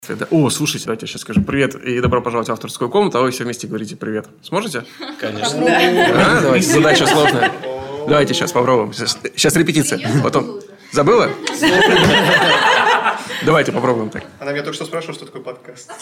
О, слушайте, давайте я сейчас скажу привет и добро пожаловать в авторскую комнату, а вы все вместе говорите привет. Сможете? Конечно. Да, давайте, задача сложная. Давайте сейчас попробуем. Сейчас репетиция. Потом. Забыла? Давайте попробуем так. Она меня только что спрашивала, что такое подкаст.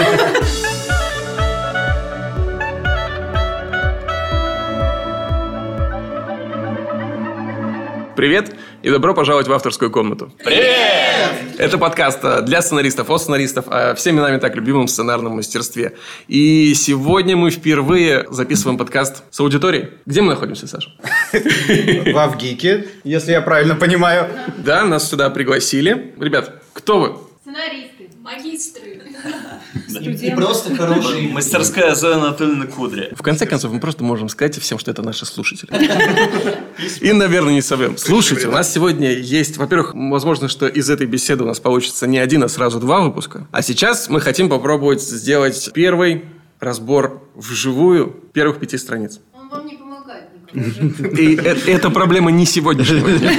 Привет и добро пожаловать в авторскую комнату. Привет! Это подкаст для сценаристов, от сценаристов, о всеми нами так любимом сценарном мастерстве. И сегодня мы впервые записываем подкаст с аудиторией. Где мы находимся, Саша? В Авгике, если я правильно понимаю. Да, нас сюда пригласили. Ребят, кто вы? Сценаристы, магистры. И просто хороший. Мастерская Зоя Анатольевна Кудря. В конце концов, мы просто можем сказать всем, что это наши слушатели. И, наверное, не соврем. Слушайте, у нас сегодня есть, во-первых, возможно, что из этой беседы у нас получится не один, а сразу два выпуска. А сейчас мы хотим попробовать сделать первый разбор вживую первых 5 страниц. Он вам не помогает. И это проблема не сегодняшнего дня.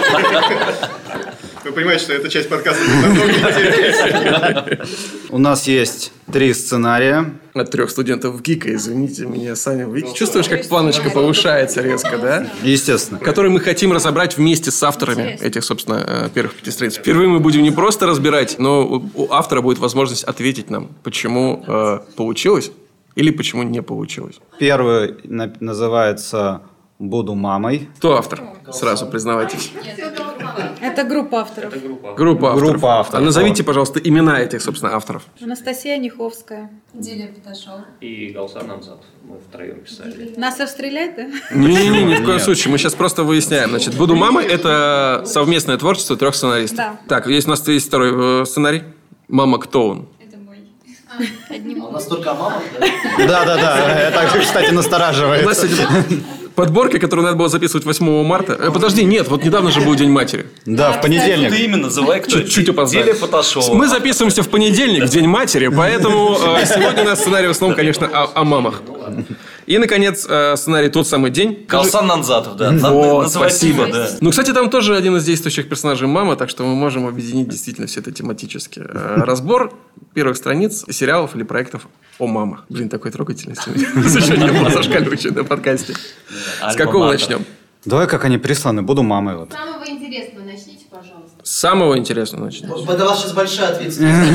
Вы понимаете, что эта часть подкаста намного интереснее. У нас есть 3 сценария. От 3 студентов ГИКа, извините меня, Саня. Чувствуешь, как планочка повышается резко, да? Естественно. Который мы хотим разобрать вместе с авторами этих, собственно, первых 5 страниц. Впервые мы будем не просто разбирать, но у автора будет возможность ответить нам, почему получилось или почему не получилось. Первый называется «Буду мамой». Кто автор? Сразу признавайтесь. Это группа авторов. Группа авторов. Группа авторов. А назовите, пожалуйста, имена этих, собственно, авторов. Анастасия Ниховская. Дилия Петашова. И Галсан Намзат. Мы втроем писали. Нас расстрелять, да? Не-не-не, ни в коем случае. Мы сейчас просто выясняем. Значит, «Буду мамой» — это совместное творчество 3 сценаристов. Да. Так, у нас есть второй сценарий. «Мама, кто он?» Это мой. У нас только мама, да? Да-да-да, это, кстати, У нас, настораживает. кстати, подборка, которую надо было записывать 8 марта. Подожди, нет, вот недавно же был День матери. Да, в Ты понедельник. имя называй, кто Чуть-чуть опоздали. Дилия Петашова. Мы записываемся в понедельник, в День матери, поэтому сегодня у нас сценарий в основном, конечно, о мамах. И, наконец, сценарий «Тот самый день». Галсан Намзатов, да. Вот, Называй спасибо. имя, да. Ну, кстати, там тоже один из действующих персонажей мама, так что мы можем объединить действительно все это тематически. Разбор первых страниц сериалов или проектов о мамах. Блин, такой трогательности. Еще не было зашкаливающей на подкасте. С какого начнем? Давай, как они присланы, «Буду мамой». Вот. Самого интересного начните, пожалуйста. С самого интересного начнем. Это у вас сейчас большая ответственность.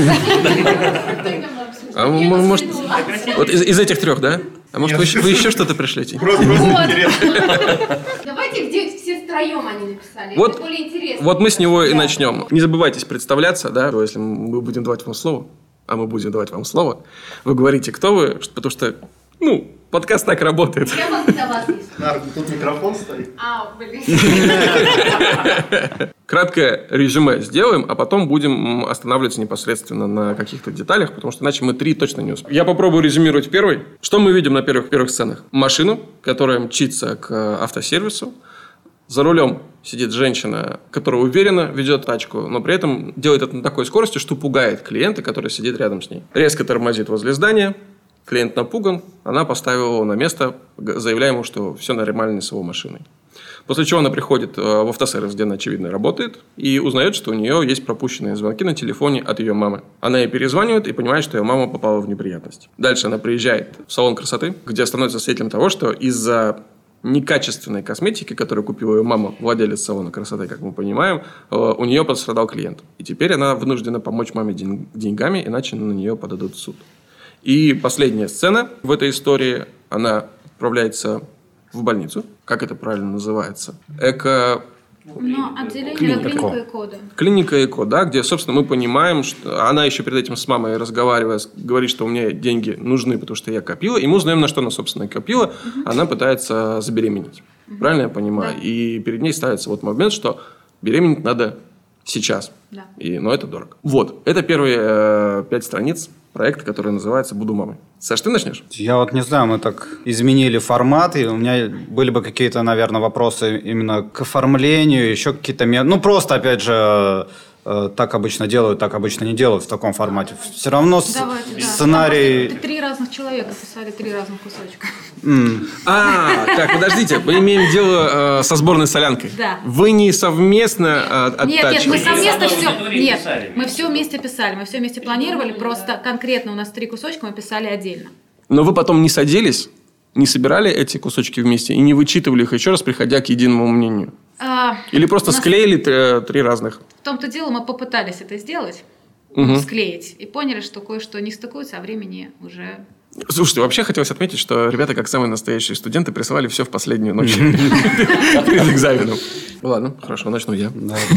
А может, вот из этих 3, да? А может, вы еще что-то пришлете? Просто интересно. Давайте, где все втроем они написали. Вот, Это более интересно. вот мы с него и начнем. Не забывайте представляться, да, если мы будем давать вам слово, а мы будем давать вам слово, вы говорите, кто вы, потому что, подкаст так работает. Я могу за вас есть. Нар, тут микрофон стоит. Блин. Краткое резюме сделаем, а потом будем останавливаться непосредственно на каких-то деталях, потому что иначе мы 3 точно не успеем. Я попробую резюмировать первый. Что мы видим на первых сценах? Машину, которая мчится к автосервису. За рулем сидит женщина, которая уверенно ведет тачку, но при этом делает это на такой скорости, что пугает клиента, который сидит рядом с ней. Резко тормозит возле здания. Клиент напуган, она поставила его на место, заявляя ему, что все нормально с его машиной. После чего она приходит в автосервис, где она, очевидно, работает, и узнает, что у нее есть пропущенные звонки на телефоне от ее мамы. Она ей перезванивает и понимает, что ее мама попала в неприятность. Дальше она приезжает в салон красоты, где становится свидетелем того, что из-за некачественной косметики, которую купила ее мама, владелец салона красоты, как мы понимаем, у нее пострадал клиент. И теперь она вынуждена помочь маме деньгами, иначе на нее подадут в суд. И последняя сцена в этой истории, она отправляется в больницу. Как это правильно называется? Отделение клиника ЭКО, да. Клиника ЭКО, да, где, собственно, мы понимаем, что она еще перед этим с мамой разговаривая, говорит, что у меня деньги нужны, потому что я копила. И мы узнаем, на что она, собственно, копила. Она пытается забеременеть. Правильно я понимаю? Да. И перед ней ставится вот момент, что беременеть надо сейчас. Да. Но это дорого. Вот. Это первые 5 страниц проекта, который называется «Буду мамой». Саш, ты начнешь? Я вот не знаю, мы так изменили формат, и у меня были бы какие-то, наверное, вопросы именно к оформлению, еще какие-то... просто, опять же, так обычно делают, так обычно не делают в таком формате. Все равно сценарий... 3 разных человека писали 3 разных кусочка. Так, подождите, мы имеем дело со сборной солянкой. Да. Вы не совместно оттачивали? Нет, мы совместно все. Нет, мы все вместе писали, мы все вместе планировали, просто конкретно у нас 3 кусочка мы писали отдельно. Но вы потом не садились, не собирали эти кусочки вместе и не вычитывали их еще раз, приходя к единому мнению? Или просто склеили 3 разных? В том-то дело, мы попытались это сделать, склеить, и поняли, что кое-что не стыкуется, а времени уже... Слушайте, вообще хотелось отметить, что ребята, как самые настоящие студенты, присылали все в последнюю ночь перед экзаменом. Ладно, хорошо, начну я.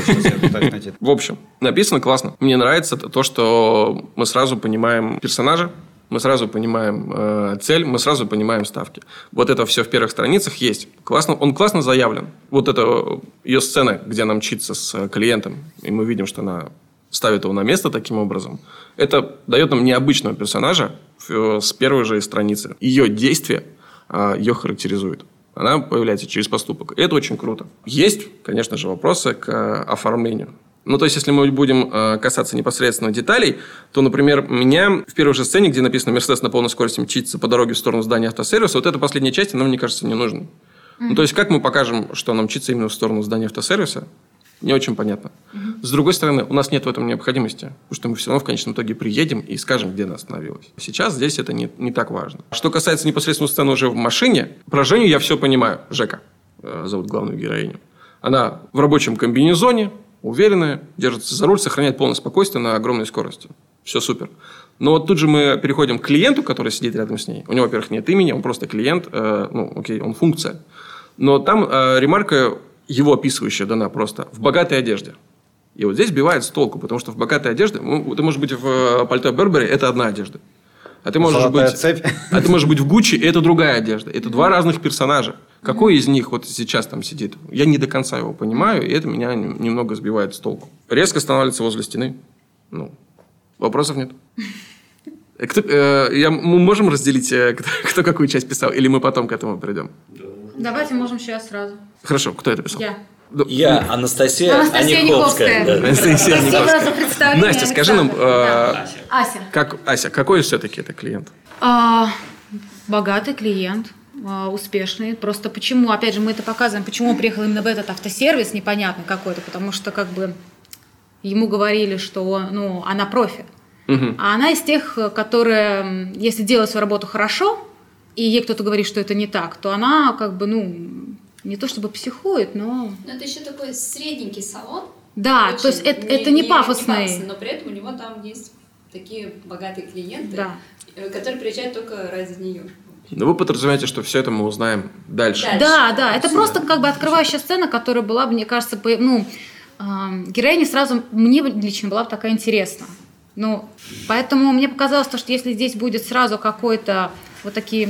В общем, написано классно. Мне нравится то, что мы сразу понимаем персонажа, мы сразу понимаем цель, мы сразу понимаем ставки. Вот это все в первых страницах есть. Классно, он классно заявлен. Вот это ее сцена, где она мчится с клиентом, и мы видим, что она ставит его на место таким образом. Это дает нам необычного персонажа с первой же страницы. Ее действие ее характеризует. Она появляется через поступок. И это очень круто. Есть, конечно же, вопросы к оформлению. Ну, то есть, если мы будем касаться непосредственно деталей, то, например, меня в первой же сцене, где написано «Мерседес на полной скорости мчится по дороге в сторону здания автосервиса», вот эта последняя часть, она, мне кажется, не нужна. Ну, то есть, как мы покажем, что она мчится именно в сторону здания автосервиса, не очень понятно. С другой стороны, у нас нет в этом необходимости, потому что мы все равно в конечном итоге приедем и скажем, где она остановилась. Сейчас здесь это не так важно. Что касается непосредственно сцены уже в машине, про Женю я все понимаю. Жека зовут главную героиню. Она в рабочем комбинезоне, уверенная, держится за руль, сохраняет полное спокойствие на огромной скорости. Все супер. Но вот тут же мы переходим к клиенту, который сидит рядом с ней. У него, во-первых, нет имени, он просто клиент, он функция. Но там ремарка его описывающая дана просто в богатой одежде. И вот здесь сбивает с толку, потому что в богатой одежде, ты можешь быть в пальто Бербери, это одна одежда. А ты можешь быть в Гуччи, и это другая одежда. Это 2 разных персонажа. Какой из них вот сейчас там сидит? Я не до конца его понимаю, и это меня немного сбивает с толку. Резко останавливается возле стены. Вопросов нет. Мы можем разделить, кто какую часть писал, или мы потом к этому придем? Давайте можем сейчас сразу. Хорошо, кто это писал? Я, Анастасия Аниховская. Да. Анастасия Спасибо за представление. Настя, скажи нам, Ася. Ася, какой все-таки это клиент? Богатый клиент, успешный. Просто почему, опять же, мы это показываем, почему он приехал именно в этот автосервис непонятный какой-то, потому что как бы ему говорили, что она профи. А она из тех, которые, если делает свою работу хорошо, и ей кто-то говорит, что это не так, то она как бы, не то чтобы психует, но... Но это еще такой средненький салон. Да, то есть это не пафосный. Но при этом у него там есть такие богатые клиенты, да, которые приезжают только ради нее. Но вы подразумеваете, что все это мы узнаем дальше. Да, это просто как бы открывающая сцена, которая была, мне кажется, героиня сразу мне лично была такая интересна. Поэтому мне показалось, что если здесь будет сразу какой-то вот такие...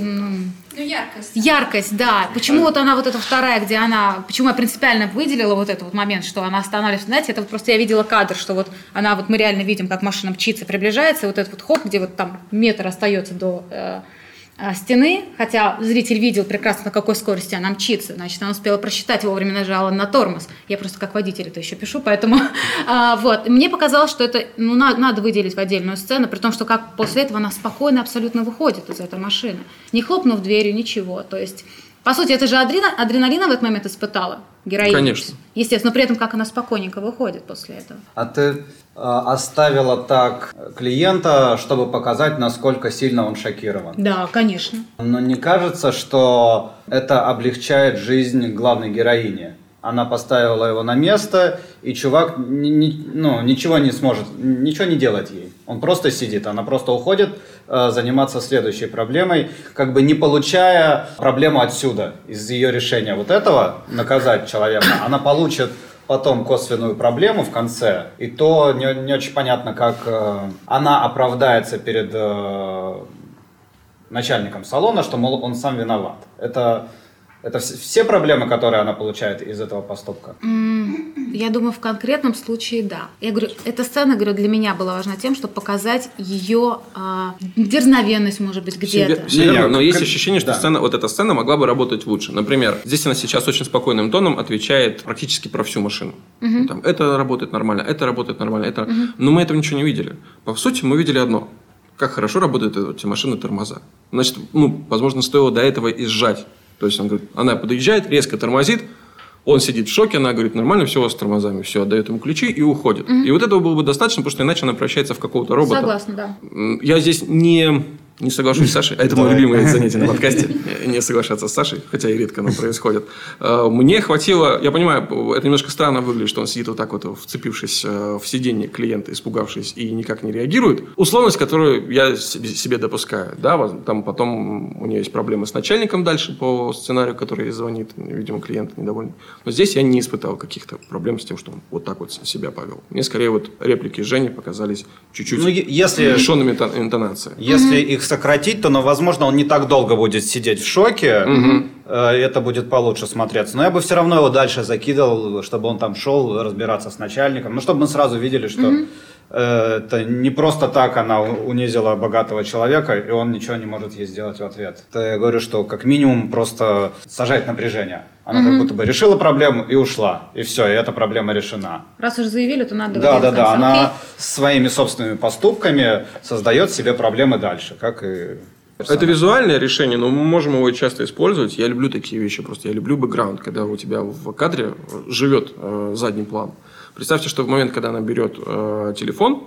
Яркость, да. Почему вот она вот эта вторая, где она... Почему я принципиально выделила вот этот вот момент, что она останавливается? Знаете, это вот просто я видела кадр, что вот она, вот мы реально видим, как машина мчится, приближается, и вот этот вот хоп, где вот там метр остается до стены, хотя зритель видел прекрасно, на какой скорости она мчится, значит, она успела просчитать, вовремя нажала на тормоз. Я просто как водитель это еще пишу, поэтому вот. Мне показалось, что это надо выделить в отдельную сцену, при том, что как после этого она спокойно абсолютно выходит из этой машины, не хлопнув дверью, ничего. То есть, по сути, это же адреналина в этот момент испытала героиня. Конечно. Естественно, но при этом как она спокойненько выходит после этого. А ты оставила так клиента, чтобы показать, насколько сильно он шокирован? Да, конечно. Но не кажется, что это облегчает жизнь главной героини? Она поставила его на место, и чувак ничего не сможет, ничего не делать ей. Он просто сидит, она просто уходит заниматься следующей проблемой, как бы не получая проблему отсюда, из ее решения вот этого, наказать человека. Она получит потом косвенную проблему в конце, и то не очень понятно, как она оправдается перед начальником салона, что, мол, он сам виноват. Это все проблемы, которые она получает из этого поступка? Я думаю, в конкретном случае да. Я говорю, эта сцена, для меня была важна тем, чтобы показать ее дерзновенность, может быть, где-то. Но есть ощущение, что эта сцена могла бы работать лучше. Например, здесь она сейчас очень спокойным тоном отвечает практически про всю машину. Это работает нормально, это работает нормально, но мы этого ничего не видели. По сути, мы видели одно. как хорошо работают эти машины тормоза. Значит, возможно, стоило до этого и сжать. То есть, он говорит, она подъезжает, резко тормозит, он сидит в шоке, она говорит, нормально, все у вас с тормозами, все, отдает ему ключи и уходит. И вот этого было бы достаточно, потому что иначе она превращается в какого-то робота. Согласна, да. Я здесь не соглашусь с Сашей. Это мое любимое занятие на подкасте. Не соглашаться с Сашей, хотя и редко оно происходит. Мне хватило... Я понимаю, это немножко странно выглядит, что он сидит вот так вот, вцепившись в сиденье клиента, испугавшись и никак не реагирует. Условность, которую я себе допускаю. Да, там потом у нее есть проблемы с начальником дальше по сценарию, который звонит. Видимо, клиент недоволен. Но здесь я не испытал каких-то проблем с тем, что он вот так вот себя повел. Мне скорее вот реплики Жени показались чуть-чуть лишенными интонации. Если их сократить, то, возможно, он не так долго будет сидеть в шоке, это будет получше смотреться. Но я бы все равно его дальше закидывал, чтобы он там шел разбираться с начальником, чтобы мы сразу видели, что это не просто так она унизила богатого человека, и он ничего не может ей сделать в ответ. Это я говорю, что как минимум просто сажать напряжение. Она как будто бы решила проблему и ушла. И все, и эта проблема решена. Раз уж заявили, то надо... Да. Она своими собственными поступками создает себе проблемы дальше, как и... Это визуальное решение, но мы можем его часто использовать. Я люблю такие вещи просто. Я люблю бэкграунд, когда у тебя в кадре живет задний план. Представьте, что в момент, когда она берет телефон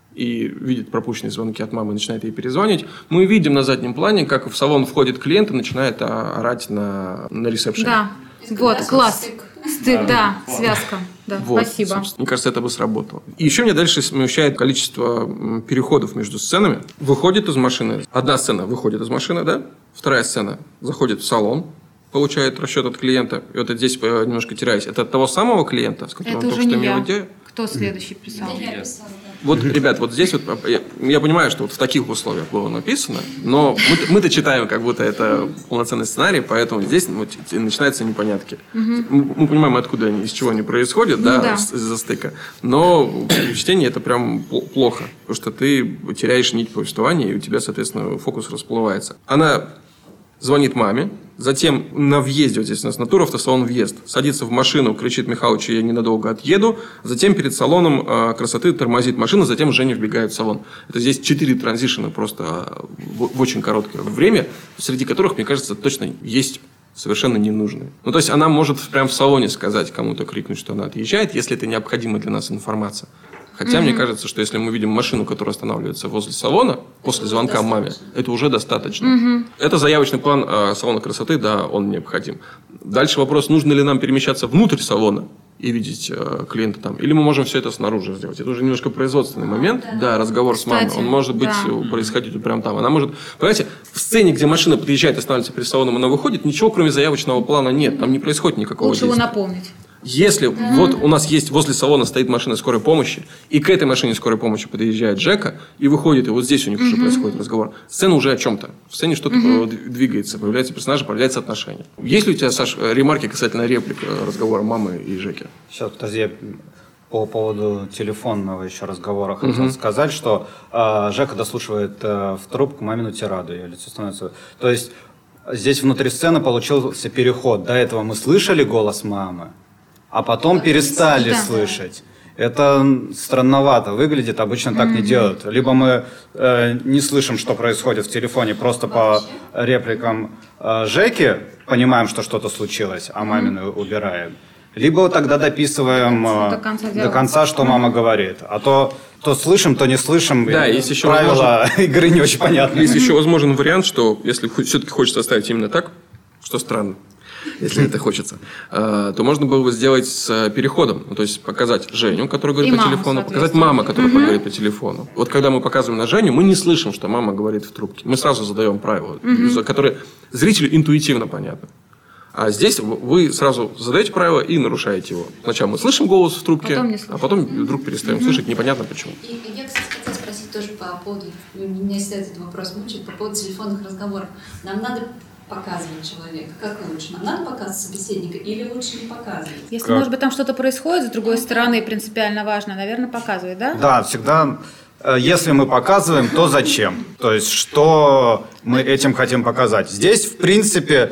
и видит пропущенные звонки от мамы и начинает ей перезвонить, мы видим на заднем плане, как в салон входит клиент и начинает орать на ресепшене. Да, вот, класс. Стык, да, связка. Да, вот, спасибо. Мне кажется, это бы сработало. И еще меня дальше смущает количество переходов между сценами. Выходит из машины. Одна сцена выходит из машины, да? Вторая сцена заходит в салон, получает расчет от клиента. И вот здесь немножко теряюсь. Это от того самого клиента, с которым это он уже только что не имел я. идею? Кто следующий писал? Я писала, да. Вот, ребят, вот здесь вот я понимаю, что вот в таких условиях было написано, но мы-то читаем, как будто это полноценный сценарий, поэтому здесь начинаются непонятки. Мы понимаем, откуда они, из чего они происходят, из-за стыка. Но при чтении это прям плохо, потому что ты теряешь нить повествования, и у тебя, соответственно, фокус расплывается. Она звонит маме, затем на въезде, вот здесь у нас на туравтосалон въезд, садится в машину, кричит Михалычу, я ненадолго отъеду, затем перед салоном красоты тормозит машина, затем Женя вбегает в салон. Это здесь 4 транзишена просто в очень короткое время, среди которых, мне кажется, точно есть совершенно ненужные. То есть она может прямо в салоне сказать кому-то, крикнуть, что она отъезжает, если это необходимая для нас информация. Хотя мне кажется, что если мы видим машину, которая останавливается возле салона, после звонка маме, это уже достаточно. Это заявочный план салона красоты, да, он необходим. Дальше вопрос, нужно ли нам перемещаться внутрь салона и видеть клиента там. Или мы можем все это снаружи сделать. Это уже немножко производственный момент. Да, разговор с мамой. Он может быть происходить прямо там. Она может... Понимаете, в сцене, где машина подъезжает, останавливается перед салоном, она выходит, ничего кроме заявочного плана нет. Там не происходит никакого Лучше действия. его напомнить. Если вот у нас есть возле салона стоит машина скорой помощи, и к этой машине скорой помощи подъезжает Жека, и выходит, и вот здесь у них уже происходит разговор. Сцена уже о чем-то. В сцене что-то двигается, появляется персонаж, появляется отношение. Есть ли у тебя, Саш, ремарки касательно реплик разговора мамы и Жеки? Сейчас, подожди, я по поводу телефонного еще разговора хотел сказать, что Жека дослушивает в трубку мамину тираду, ее лицо становится... То есть здесь внутри сцены получился переход. До этого мы слышали голос мамы, а потом перестали слышать. Это странновато выглядит, обычно так не делают. Либо мы не слышим, что происходит в телефоне, просто по репликам Жеки понимаем, что что-то случилось, а мамину убираем. Либо тогда дописываем до конца, что мама говорит. А то слышим, то не слышим. Да, есть еще правила игры не очень понятны. Есть еще возможен вариант, что если все-таки хочется оставить именно так, что странно, если это хочется, то можно было бы сделать с переходом. То есть показать Женю, которая говорит по телефону, показать маму, которая говорит по телефону. Вот когда мы показываем на Женю, мы не слышим, что мама говорит в трубке. Мы сразу задаем правила, которые зрителю интуитивно понятны. А здесь вы сразу задаете правило и нарушаете его. Сначала мы слышим голос в трубке, а потом вдруг перестаем слышать, непонятно почему. И я, кстати, хотела спросить тоже по поводу, меня всегда этот вопрос мучает, по поводу телефонных разговоров. Нам надо показывать человека, как лучше? Нам надо показывать собеседника или лучше не показывать? Если, может быть, там что-то происходит, с другой стороны, принципиально важно, наверное, показывать, да? Да, всегда... Если мы показываем, то зачем? То есть, что мы этим хотим показать? Здесь, в принципе...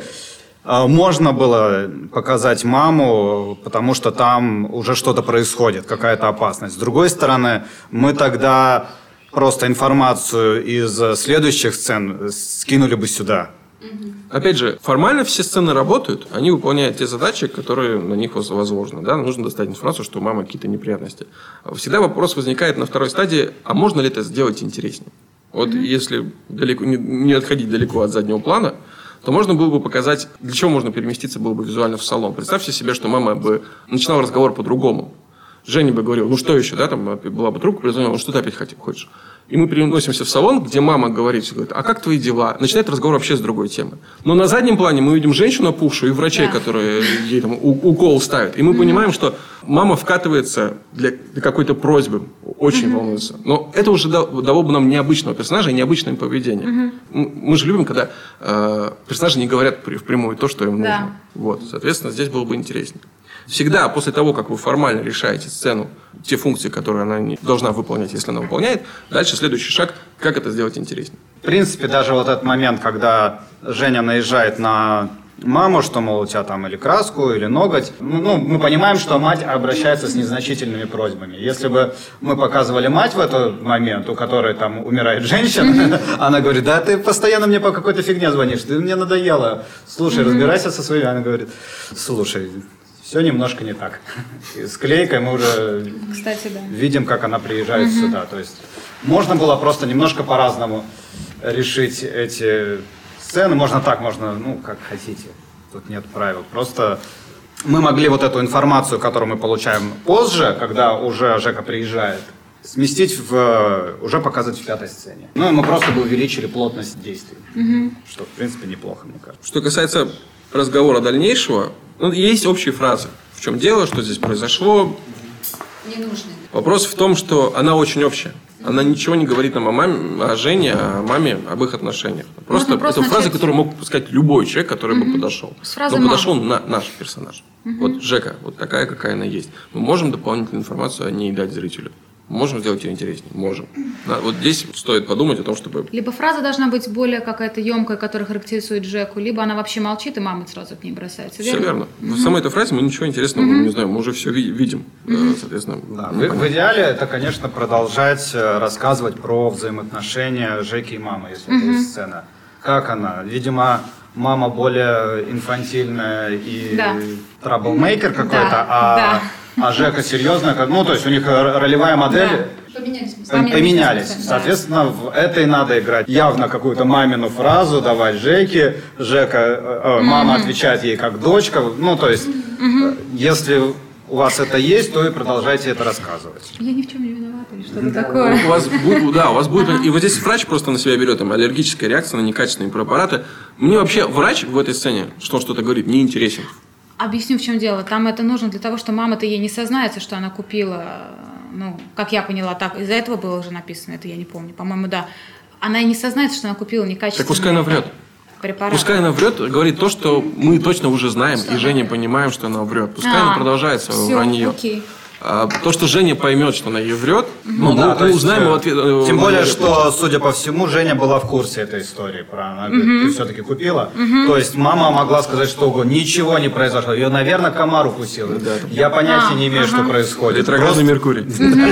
Можно было показать маму, потому что там уже что-то происходит, какая-то опасность. С другой стороны, мы тогда просто информацию из следующих сцен скинули бы сюда. Опять же, формально все сцены работают, они выполняют те задачи, которые на них возложены. Да? Нужно достать информацию, что у мамы какие-то неприятности. Всегда вопрос возникает на второй стадии, а можно ли это сделать интереснее? Вот если далеко, не отходить далеко от заднего плана, то можно было бы показать, для чего можно переместиться было бы визуально в салон. Представьте себе, что мама бы начинала разговор по-другому. Женя бы говорил, ну что еще, да, там была бы трубка, перезвонила, что ты опять хочешь? И мы переносимся в салон, где мама говорит, а как твои дела? Начинает разговор вообще с другой темы. Но на заднем плане мы видим женщину опухшую и врачей, которые ей там укол ставят. И мы понимаем, что мама вкатывается для какой-то просьбы, очень волнуется. Но это уже дало бы нам необычного персонажа и необычное поведение. Мы же любим, когда персонажи не говорят впрямую то, что им нужно. Вот, соответственно, здесь было бы интереснее. Всегда после того, как вы формально решаете сцену, те функции, которые она не должна выполнять, если она выполняет, дальше следующий шаг, как это сделать интереснее. В принципе, даже вот этот момент, когда Женя наезжает на маму, что, мол, у тебя там или краску, или ноготь, мы понимаем, что мать обращается с незначительными просьбами. Если бы мы показывали мать в этот момент, у которой там умирает женщина, она говорит, да ты постоянно мне по какой-то фигне звонишь, ты мне надоела, слушай, разбирайся со своими. Она говорит, слушай, все немножко не так. С клейкой мы уже видим, как она приезжает сюда. То есть можно было просто немножко по-разному решить эти сцены. Можно так, можно, как хотите. Тут нет правил. Просто мы могли вот эту информацию, которую мы получаем позже, когда уже Жека приезжает, сместить уже показывать в 5-й сцене. И мы просто бы увеличили плотность действий. Что, в принципе, неплохо, мне кажется. Что касается разговора дальнейшего, есть общие фразы. В чем дело, что здесь произошло. Не нужно. Вопрос в том, что она очень общая. Она ничего не говорит нам о Жене, о маме, об их отношениях. Просто это фразы, которые мог сказать любой человек, который бы подошел. Но подошел наш персонаж. Вот Жека, вот такая, какая она есть. Мы можем дополнительную информацию о ней дать зрителю. Можем сделать ее интереснее? Можем. Вот здесь стоит подумать о том, чтобы... Либо фраза должна быть более какая-то емкая, которая характеризует Жеку, либо она вообще молчит, и мама сразу к ней бросается. Все верно. В самой этой фразе мы ничего интересного не знаем. Мы уже все видим. Соответственно, в идеале это, конечно, продолжать рассказывать про взаимоотношения Жеки и мамы, если это есть сцена. Как она? Видимо, мама более инфантильная и траблмейкер какой-то, а Жека серьезная, то есть у них ролевая модель поменялись. Соответственно, в этой надо играть явно какую-то мамину фразу давать Жеке. Мама отвечает ей как дочка. То есть, если у вас это есть, то и продолжайте это рассказывать. Я ни в чем не виновата, или что-то такое. У вас будет... И вот здесь врач просто на себя берет аллергическая реакция на некачественные препараты. Мне вообще врач в этой сцене, что он что-то говорит, не интересен. Объясню, в чем дело. Там это нужно для того, что мама-то ей не сознается, что она купила, как я поняла, так, из-за этого было уже написано, это я не помню, по-моему, да. Она и не сознается, что она купила некачественный препарат. Так пускай она врет. Препарат. Пускай она врет, говорит то, что мы точно уже знаем, и Женя понимаем, что она врет. Пускай она продолжает свое вранье. Окей. То, что Женя поймет, что она ей врет, мы узнаем в ответ. Тем более, что, судя по всему, Женя была в курсе этой истории. Она говорит, ты все-таки купила. То есть мама могла сказать, что ничего не произошло. Ее, наверное, комар укусил. Я понятия не имею, что происходит. Ретроградный Меркурий.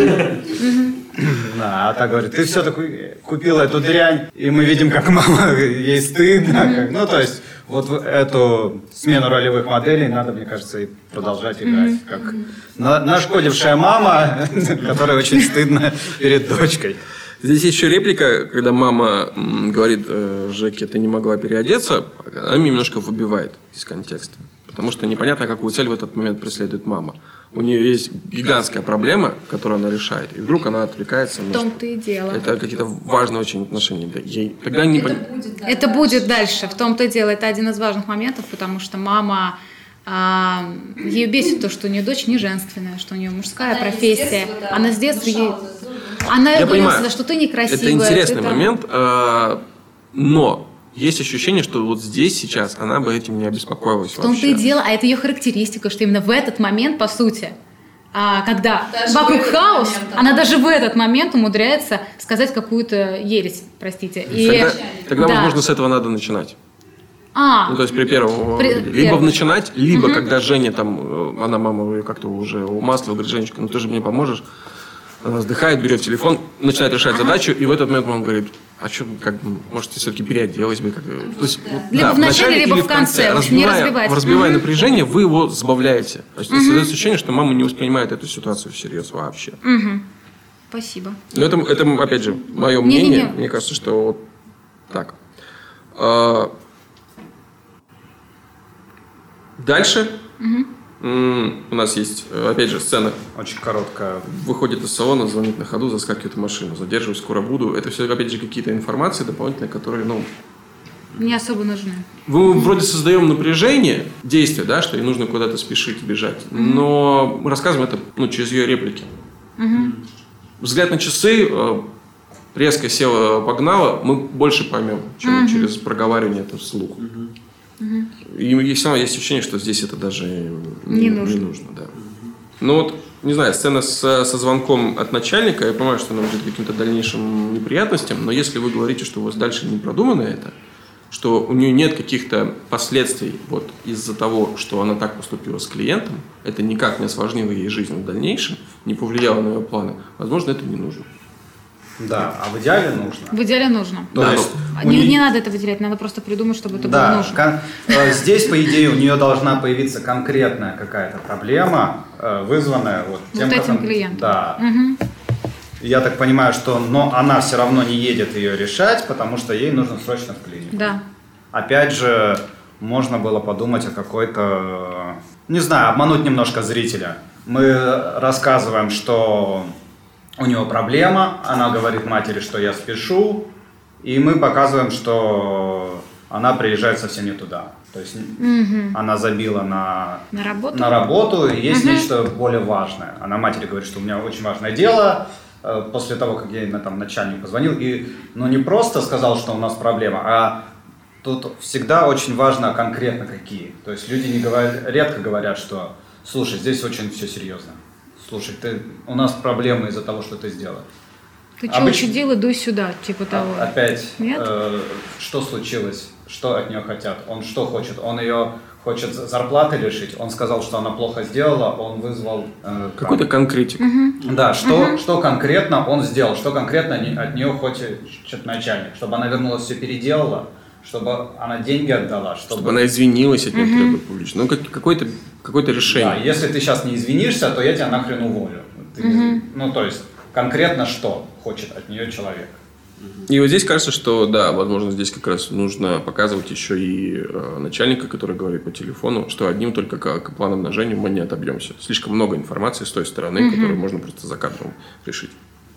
А та говорит, ты все-таки купила эту дрянь, и мы видим, как мама, ей стыдно. То есть, вот эту смену ролевых моделей надо, мне кажется, и продолжать играть. Как нашкодившая мама, которая очень стыдна перед дочкой. Здесь еще реплика, когда мама говорит Жеке, ты не могла переодеться, она меня немножко выбивает из контекста. Потому что непонятно, какую цель в этот момент преследует мама. У нее есть гигантская проблема, которую она решает, и вдруг она отвлекается. В том-то и дело. Это какие-то важные очень отношения. Ей тогда не это будет дальше. В том-то и дело. Это один из важных моментов, потому что мама... ее бесит то, что у нее дочь не женственная, что у нее мужская профессия. Она с детства ей... Она говорила, что ты некрасивая. Это интересный момент, но... Есть ощущение, что вот здесь, сейчас, она бы этим не обеспокоилась вообще. В том-то и дело, а это ее характеристика, что именно в этот момент, по сути, когда даже вокруг хаос, она даже в этот момент умудряется сказать какую-то ересь, простите. Тогда возможно, с этого надо начинать. То есть при первом... Либо начинать, либо когда Женя там, она мама как-то уже умаслила, говорит, Женечка, ты же мне поможешь. Она вздыхает, берет телефон, начинает решать задачу, и в этот момент он говорит, а что, может, все-таки переоделась бы? То есть, либо в начале, либо в конце. Разбивая напряжение, вы его сбавляете. То есть, создается ощущение, что мама не воспринимает эту ситуацию всерьез вообще. Спасибо. Но это, опять же, мое мнение. Мне кажется, что вот так. Дальше у нас есть, опять же, сцена. Очень короткая. Выходит из салона, звонит на ходу, заскакивает в машину. Задерживаюсь, скоро буду. Это все, опять же, какие-то информации дополнительные, которые, не особо нужны. Мы вроде создаем напряжение, действия, да, что ей нужно куда-то спешить, бежать. Но мы рассказываем это через ее реплики. Взгляд на часы, резко села, погнала, мы больше поймем, чем через проговаривание это вслух. И все равно есть ощущение, что здесь это даже не нужно. Да. Ну вот, не знаю, сцена со звонком от начальника, я понимаю, что она будет каким-то дальнейшим неприятностям, но если вы говорите, что у вас дальше не продумано это, что у нее нет каких-то последствий вот из-за того, что она так поступила с клиентом, это никак не осложнило ей жизнь в дальнейшем, не повлияло на ее планы, возможно, это не нужно. Да, а в идеале нужно. В идеале нужно. То есть не надо это выделять, надо просто придумать, чтобы это было нужно. Здесь, по идее, у нее должна появиться конкретная какая-то проблема, вызванная тем, этим клиентом. Да. Я так понимаю, что она все равно не едет ее решать, потому что ей нужно срочно в клинику. Да. Опять же, можно было подумать о какой-то, не знаю, обмануть немножко зрителя. Мы рассказываем, что у него проблема, она говорит матери, что я спешу, и мы показываем, что она приезжает совсем не туда. То есть она забила на работу, и есть нечто более важное. Она матери говорит, что у меня очень важное дело. После того, как я начальник позвонил, и не просто сказал, что у нас проблема, а тут всегда очень важно конкретно какие. То есть люди редко говорят, что слушай, здесь очень все серьезно. Слушай, у нас проблемы из-за того, что ты сделал. Ты что учудил, иду сюда, типа того. Опять, нет? Что случилось? Что от нее хотят? Он что хочет? Он ее хочет зарплаты лишить? Он сказал, что она плохо сделала, он вызвал... Какой-то конкретик. Да, что конкретно он сделал? Что конкретно от нее хочет начальник? Чтобы она вернулась, все переделала? Чтобы она деньги отдала? Чтобы она извинилась от него требует публично. Какое-то решение. Да, если ты сейчас не извинишься, то я тебя нахрен уволю. То есть, конкретно что хочет от нее человек. И вот здесь кажется, что, да, возможно, здесь как раз нужно показывать еще и начальника, который говорит по телефону, что одним только планом умножения мы не отобьемся. Слишком много информации с той стороны, которую можно просто за кадром решить.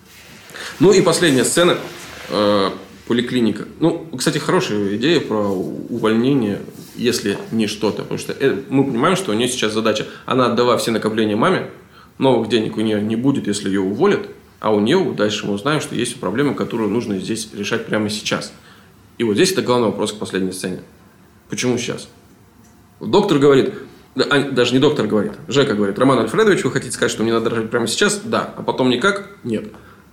Ну и последняя сцена. Поликлиника. Кстати, хорошая идея про увольнение, если не что-то. Потому что мы понимаем, что у нее сейчас задача. Она отдала все накопления маме, новых денег у нее не будет, если ее уволят. А у нее дальше мы узнаем, что есть проблема, которую нужно здесь решать прямо сейчас. И вот здесь это главный вопрос к последней сцене. Почему сейчас? Доктор говорит, даже не доктор говорит, Жека говорит, Роман Альфредович, вы хотите сказать, что мне надо решать прямо сейчас? Да. А потом никак? Нет.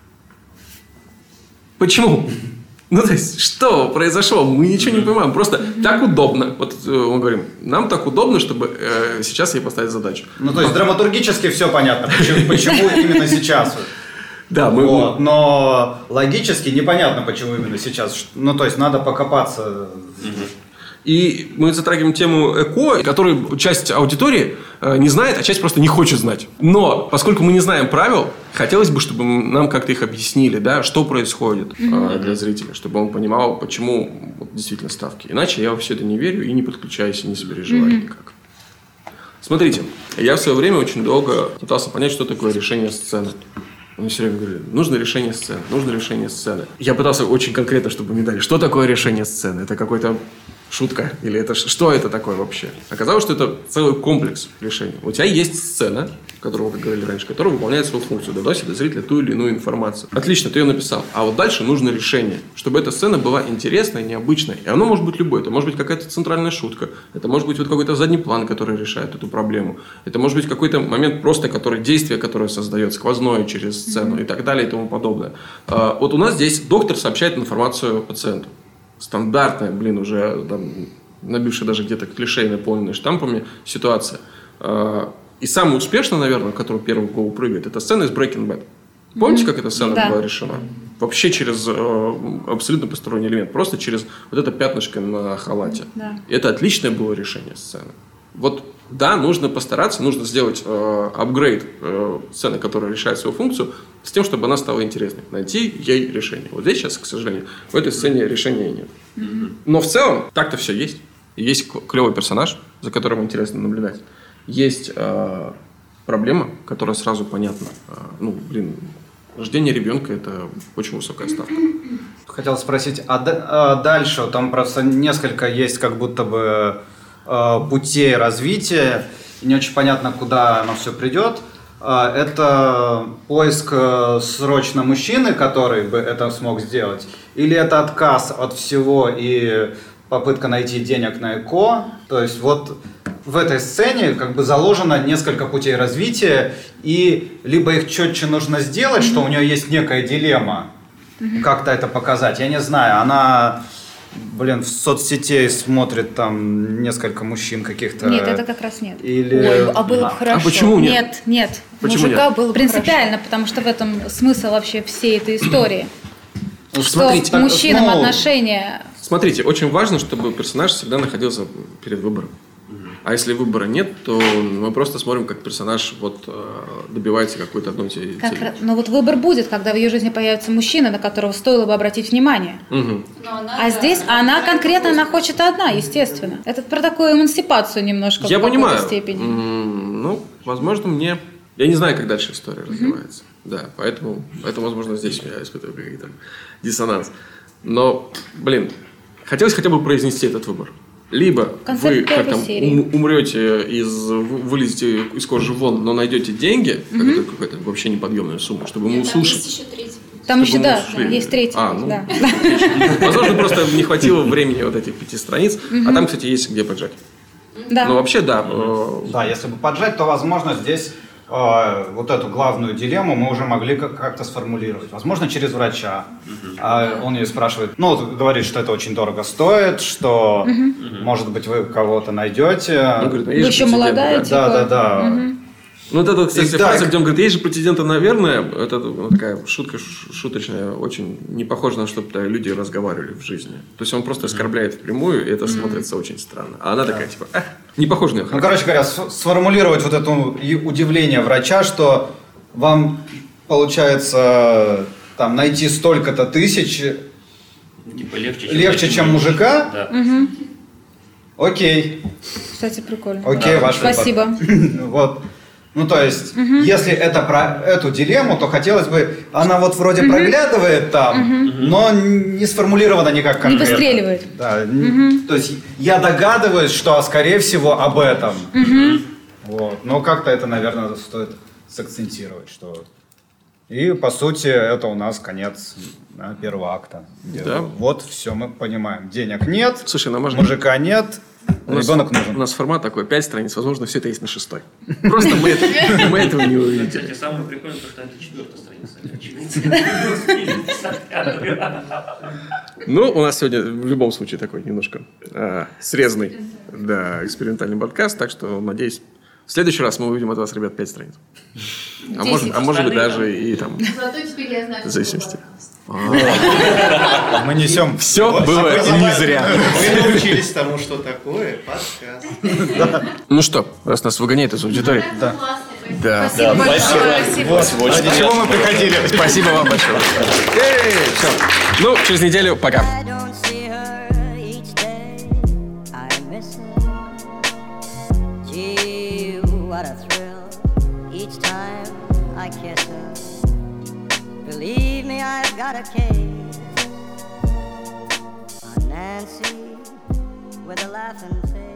Почему? То есть, что произошло? Мы ничего не понимаем. Просто так удобно. Вот мы говорим, нам так удобно, чтобы сейчас ей поставить задачу. То есть, драматургически все понятно, почему именно сейчас. Да, но логически непонятно, почему именно сейчас. То есть, надо покопаться. И мы затрагиваем тему ЭКО, которую часть аудитории не знает, а часть просто не хочет знать. Но, поскольку мы не знаем правил, хотелось бы, чтобы нам как-то их объяснили, да, что происходит для зрителя, чтобы он понимал, почему действительно ставки. Иначе я во все это не верю и не подключаюсь, и не сопереживаю никак. Смотрите, я в свое время очень долго пытался понять, что такое решение сцены. Мне все время говорили, нужно решение сцены. Я пытался очень конкретно, чтобы мне дали, что такое решение сцены. Это какой-то шутка? Или это что это такое вообще? Оказалось, что это целый комплекс решений. У тебя есть сцена, которую, как говорили раньше, которая выполняет свою функцию, доносит до зрителя ту или иную информацию. Отлично, ты ее написал. А вот дальше нужно решение, чтобы эта сцена была интересной, необычной. И оно может быть любое. Это может быть какая-то центральная шутка. Это может быть какой-то задний план, который решает эту проблему. Это может быть какой-то момент просто, действие, которое создает сквозное через сцену и так далее и тому подобное. Вот у нас здесь доктор сообщает информацию пациенту. Стандартная, уже набившая даже где-то клишей, наполненная штампами ситуация. И самая успешная, наверное, которая первый в голову прыгает, это сцена из Breaking Bad. Помните, как эта сцена Да. была решена? Вообще через абсолютно посторонний элемент. Просто через вот это пятнышко на халате. Да. И это отличное было решение сцены. Вот, да, нужно постараться, нужно сделать апгрейд сцены, которая решает свою функцию, с тем, чтобы она стала интересной. Найти ей решение. Вот здесь сейчас, к сожалению, в этой сцене решения нет. Но в целом так-то все есть. Есть клевый персонаж, за которым интересно наблюдать. Есть проблема, которая сразу понятна. Рождение ребенка – это очень высокая ставка. Хотел спросить, дальше там просто несколько есть как будто бы путей развития, не очень понятно, куда оно все придет. Это поиск срочно мужчины, который бы это смог сделать, или это отказ от всего и попытка найти денег на ЭКО. То есть вот в этой сцене как бы заложено несколько путей развития, и либо их четче нужно сделать, что у нее есть некая дилемма, как-то это показать. Я не знаю, она, в соцсетей смотрит там несколько мужчин каких-то. Нет, это как раз нет. Или... Ой, а было бы хорошо. А почему нет? Нет. Почему Мужика нет? было бы Принципиально, потому что в этом смысл вообще всей этой истории. Что Смотрите, к мужчинам ну, отношения... Смотрите, очень важно, чтобы персонаж всегда находился перед выбором. А если выбора нет, то мы просто смотрим, как персонаж добивается какой-то одной цели. Но вот выбор будет, когда в ее жизни появится мужчина, на которого стоило бы обратить внимание. Угу. А здесь она конкретно, она хочет одна, естественно. Это про такую эмансипацию немножко Я в какой-то понимаю. степени. Возможно, мне... Я не знаю, как дальше история развивается. Да, поэтому, возможно, здесь я испытываю какой-то диссонанс. Но, хотелось хотя бы произнести этот выбор. Либо вы умрете, вылезете из кожи вон, но найдете деньги, какую-то вообще неподъемную сумму, чтобы мы услышали. Есть еще третий. Там еще, да, есть третий. Да. Возможно, просто не хватило времени вот этих 5 страниц, а там, кстати, есть где поджать. Да. Но вообще, да. Да, если бы поджать, то, возможно, здесь вот эту главную дилемму мы уже могли как-то сформулировать. Возможно, через врача. Он ее спрашивает, говорит, что это очень дорого стоит, что, может быть, вы кого-то найдете. Он говорит, Вы еще молодая, типа. Да. Ну, вот это, кстати, фраза, где он говорит, есть же претенденты, наверное, это такая шутка шуточная, очень не похожа на что люди разговаривали в жизни. То есть он просто оскорбляет впрямую, и это смотрится очень странно. А она такая, типа, не похожа на нее. Короче говоря, сформулировать вот это удивление врача, что вам получается там найти столько-то тысяч Типа легче, чем мужика. Да. Окей. Кстати, прикольно. Окей, ваш выбор. Спасибо. Вот. То есть, если это про эту дилемму, то хотелось бы, она вот вроде проглядывает там, но не сформулирована никак конкретно. Не выстреливает. Да. То есть, я догадываюсь, что, скорее всего, об этом. Вот. Но как-то это, наверное, стоит сакцентировать, что... И, по сути, это у нас конец первого акта. Да. Вот, все, мы понимаем. Денег нет, Слушай, нам можно... мужика нет, ребенок нужен. У нас формат такой, 5 страниц, возможно, все это есть на 6-й. Просто мы этого не увидели. Кстати, самое прикольное, что это 4-я страница. У нас сегодня в любом случае такой немножко срезанный, экспериментальный подкаст, так что, надеюсь, в следующий раз мы увидим от вас, ребят, 5 страниц. А может быть, даже и там... Зато теперь я знаю, в зависимости. Мы несем... Все было не зря. Вы научились тому, что такое подкаст. Ну что, раз нас выгоняет из аудитории. Да. Спасибо большое. Ради чего мы приходили? Спасибо вам большое. Все. Через неделю пока. What a thrill each time I kiss her. Believe me, I've got a case on Nancy with a laughing face.